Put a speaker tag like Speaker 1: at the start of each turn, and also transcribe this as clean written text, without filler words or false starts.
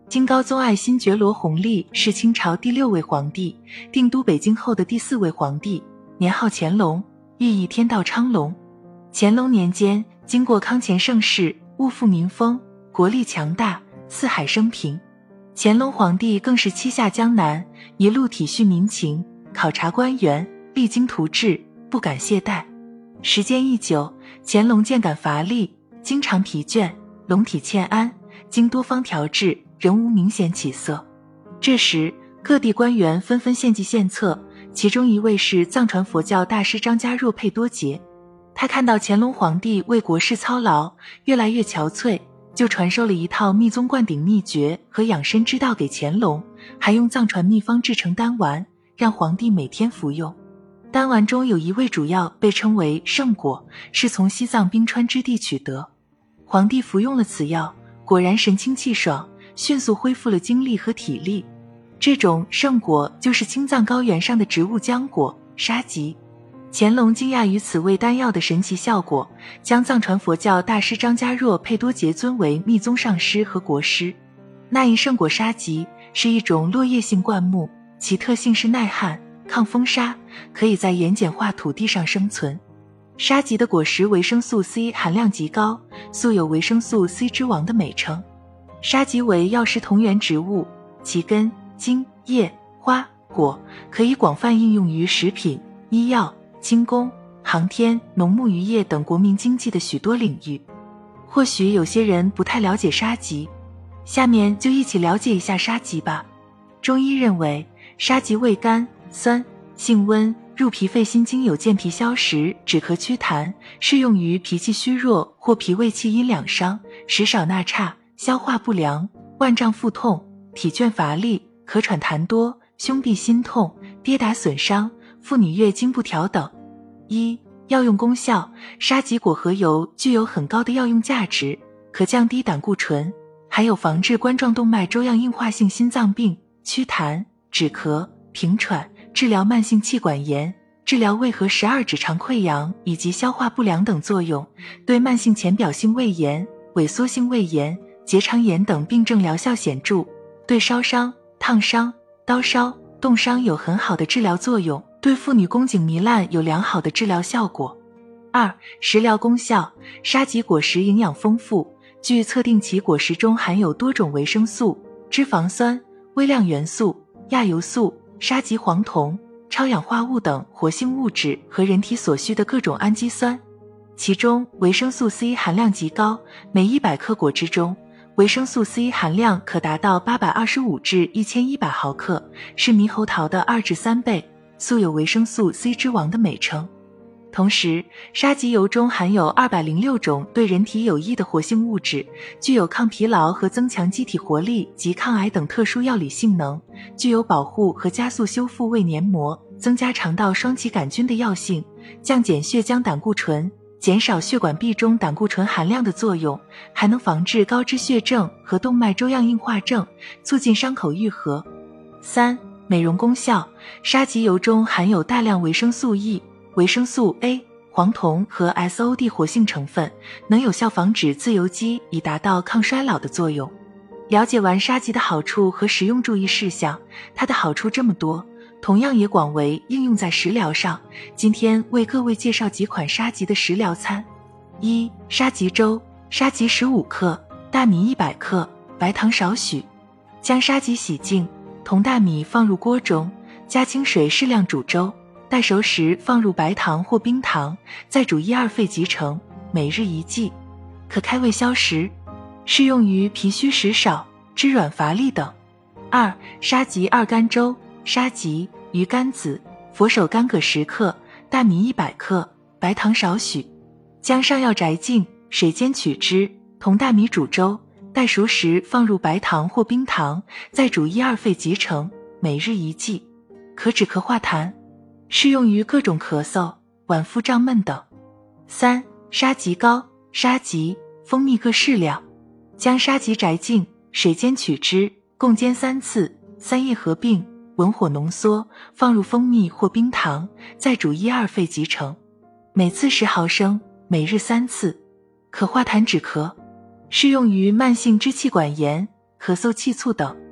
Speaker 1: 金高宗爱新觉罗弘历是清朝第6位皇帝，定都北京后的第4位皇帝，年号乾隆，寓意天道昌隆。乾隆年间，经过康乾盛世，物富民丰，国力强大，四海升平。乾隆皇帝更是七下江南，一路体恤民情，考察官员，励精图治，不敢懈怠。时间一久，乾隆渐感乏力，经常疲倦，龙体欠安，经多方调治，仍无明显起色。这时，各地官员纷纷献计献策，其中一位是藏传佛教大师张家若佩多杰。他看到乾隆皇帝为国事操劳，越来越憔悴，就传授了一套密宗灌顶秘诀和养生之道给乾隆，还用藏传秘方制成丹丸，让皇帝每天服用。丹丸中有一味主药被称为圣果，是从西藏冰川之地取得。皇帝服用了此药，果然神清气爽，迅速恢复了精力和体力。这种圣果就是青藏高原上的植物浆果沙棘。乾隆惊讶于此味丹药的神奇效果，将藏传佛教大师张家若佩多杰尊为密宗上师和国师。那一圣果沙棘是一种落叶性灌木，其特性是耐旱、抗风沙，可以在盐碱化土地上生存。沙棘的果实维生素 C 含量极高，素有维生素 C 之王的美称。沙棘为药食同源植物，其根、茎、叶、花、果可以广泛应用于食品、医药、轻工、航天、农牧渔业等国民经济的许多领域。或许有些人不太了解沙棘，下面就一起了解一下沙棘吧。中医认为，沙棘味甘、酸，性温，入脾肺心经，有健脾消食、止咳祛痰，适用于脾气虚弱或脾胃气阴两伤、食少纳差、消化不良、万胀腹痛、体倦乏力、咳喘痰多、胸痹心痛、跌打损伤、妇女月经不调等。药用功效，沙棘果核油具有很高的药用价值，可降低胆固醇，还有防治冠状动脉粥样硬化性心脏病、祛痰、止咳、平喘、治疗慢性气管炎、治疗胃和12指肠溃疡以及消化不良等作用，对慢性浅表性胃炎、萎缩性胃炎、结肠炎等病症疗效显著，对烧伤、烫伤、刀烧、冻伤有很好的治疗作用，对妇女宫颈糜烂有良好的治疗效果。食疗功效，沙棘果实营养丰富，据测定其果实中含有多种维生素、脂肪酸、微量元素、亚油素、沙棘黄酮、超氧化物等活性物质和人体所需的各种氨基酸。其中维生素 C 含量极高，每100克果汁中维生素 C 含量可达到825至1100毫克，是猕猴桃的2至3倍，素有维生素 C 之王的美称。同时，沙棘油中含有206种对人体有益的活性物质，具有抗疲劳和增强机体活力及抗癌等特殊药理性能，具有保护和加速修复胃黏膜、增加肠道双歧杆菌的药性，降减血浆胆固醇，减少血管壁中胆固醇含量的作用，还能防治高脂血症和动脉粥样硬化症，促进伤口愈合。美容功效，沙棘油中含有大量维生素 E、维生素 A、黄酮和 SOD 活性成分，能有效防止自由基，以达到抗衰老的作用。了解完沙棘的好处和食用注意事项，它的好处这么多，同样也广为应用在食疗上。今天为各位介绍几款沙棘的食疗餐。沙棘粥，沙棘15克，大米100克，白糖少许。将沙棘洗净，同大米放入锅中，加清水适量煮粥，待熟时放入白糖或冰糖，再煮1-2沸即成，每日1剂，可开胃消食，适用于脾虚食少、肢软乏力等。沙棘二甘粥，沙棘、鱼干子、佛手柑葛10克，大米100克，白糖少许。将上药摘净，水煎取汁，同大米煮粥，待熟时放入白糖或冰糖，再煮1-2沸即成，每日1剂，可止咳化痰，适用于各种咳嗽、脘腹胀闷等。沙棘膏，沙棘、蜂蜜各适量。将沙棘摘净，水煎取汁，共煎3次，3叶合并，文火浓缩，放入蜂蜜或冰糖，再煮1-2沸即成，每次10毫升，每日3次，可化痰止咳，适用于慢性支气管炎、 咳嗽、气促等。